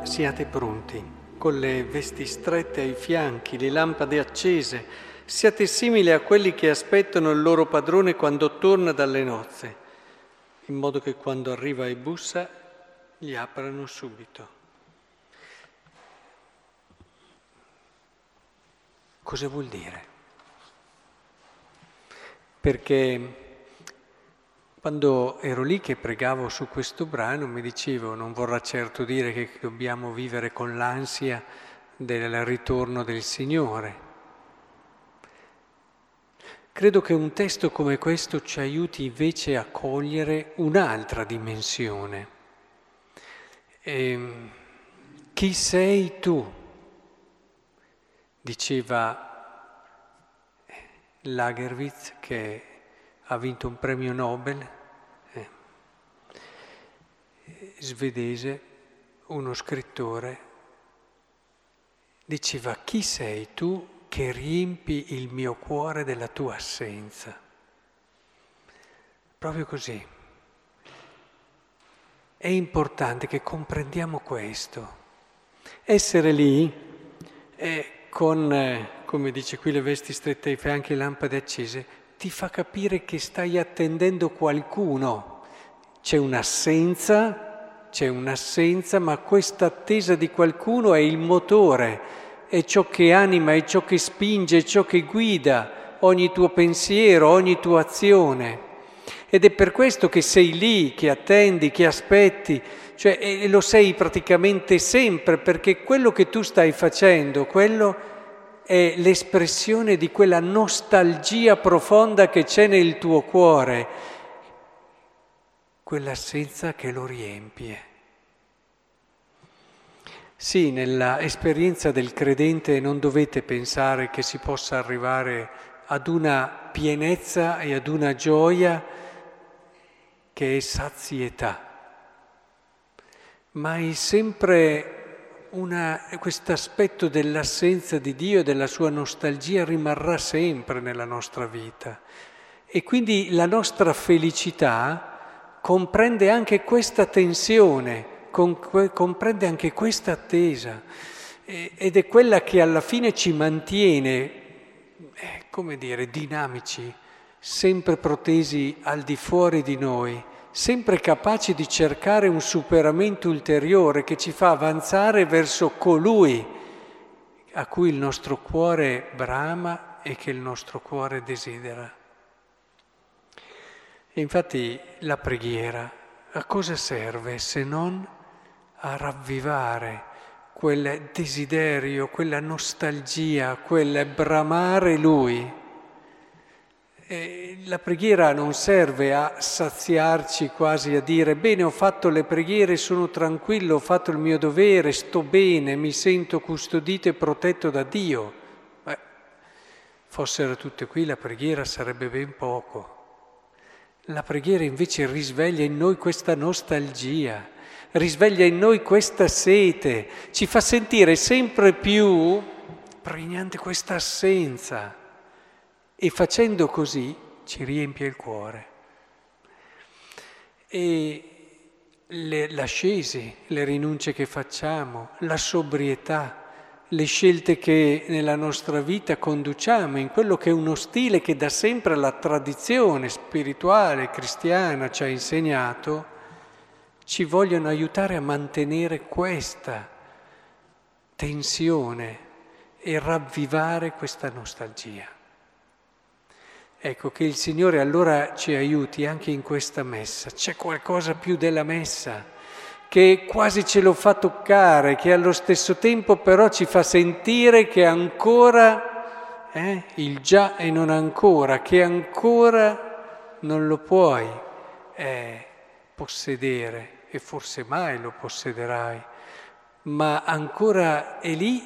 Siate pronti, con le vesti strette ai fianchi, le lampade accese. Siate simili a quelli che aspettano il loro padrone quando torna dalle nozze, in modo che quando arriva e bussa gli aprano subito. Cosa vuol dire? Perché quando ero lì che pregavo su questo brano mi dicevo, non vorrà certo dire che dobbiamo vivere con l'ansia del ritorno del Signore. Credo che un testo come questo ci aiuti invece a cogliere un'altra dimensione. Chi sei tu? Diceva Lagerwitz, che ha vinto un premio Nobel, svedese, uno scrittore, diceva: chi sei tu che riempi il mio cuore della tua assenza? Proprio così. È importante che comprendiamo questo. Essere lì con, come dice qui, le vesti strette ai fianchi e lampade accese, ti fa capire che stai attendendo qualcuno. C'è un'assenza, ma questa attesa di qualcuno è il motore, è ciò che anima, è ciò che spinge, è ciò che guida ogni tuo pensiero, ogni tua azione. Ed è per questo che sei lì, che attendi, che aspetti, e lo sei praticamente sempre, perché quello che tu stai facendo, quello è l'espressione di quella nostalgia profonda che c'è nel tuo cuore, quell'assenza che lo riempie. Sì, nella esperienza del credente non dovete pensare che si possa arrivare ad una pienezza e ad una gioia che è sazietà, ma è sempre questo aspetto dell'assenza di Dio e della sua nostalgia rimarrà sempre nella nostra vita. E quindi la nostra felicità comprende anche questa tensione, comprende anche questa attesa, ed è quella che alla fine ci mantiene, dinamici, sempre protesi al di fuori di noi, sempre capaci di cercare un superamento ulteriore che ci fa avanzare verso colui a cui il nostro cuore brama e che il nostro cuore desidera. E infatti la preghiera a cosa serve se non a ravvivare quel desiderio, quella nostalgia, quel bramare Lui. La preghiera non serve a saziarci, quasi a dire: bene, ho fatto le preghiere, sono tranquillo, ho fatto il mio dovere, sto bene, mi sento custodito e protetto da Dio. Fossero tutte qui, la preghiera sarebbe ben poco. La preghiera invece risveglia in noi questa nostalgia, risveglia in noi questa sete, ci fa sentire sempre più pregnante questa assenza. E facendo così ci riempie il cuore. E l'ascesi, le rinunce che facciamo, la sobrietà, le scelte che nella nostra vita conduciamo, in quello che è uno stile che da sempre la tradizione spirituale cristiana ci ha insegnato, ci vogliono aiutare a mantenere questa tensione e ravvivare questa nostalgia. Ecco, che il Signore allora ci aiuti anche in questa messa. C'è qualcosa più della messa, che quasi ce lo fa toccare, che allo stesso tempo però ci fa sentire che ancora, il già e non ancora, che ancora non lo puoi possedere, e forse mai lo possederai, ma ancora è lì,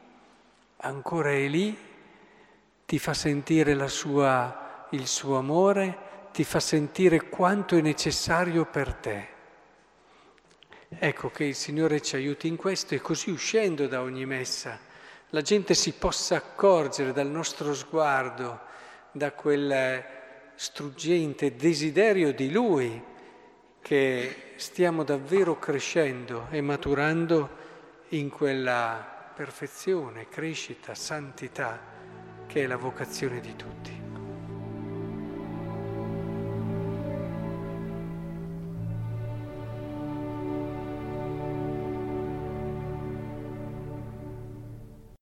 ti fa sentire il suo amore, ti fa sentire quanto è necessario per te. Ecco, che il Signore ci aiuti in questo, e così uscendo da ogni messa la gente si possa accorgere dal nostro sguardo, da quel struggente desiderio di Lui, che stiamo davvero crescendo e maturando in quella perfezione, crescita, santità che è la vocazione di tutti.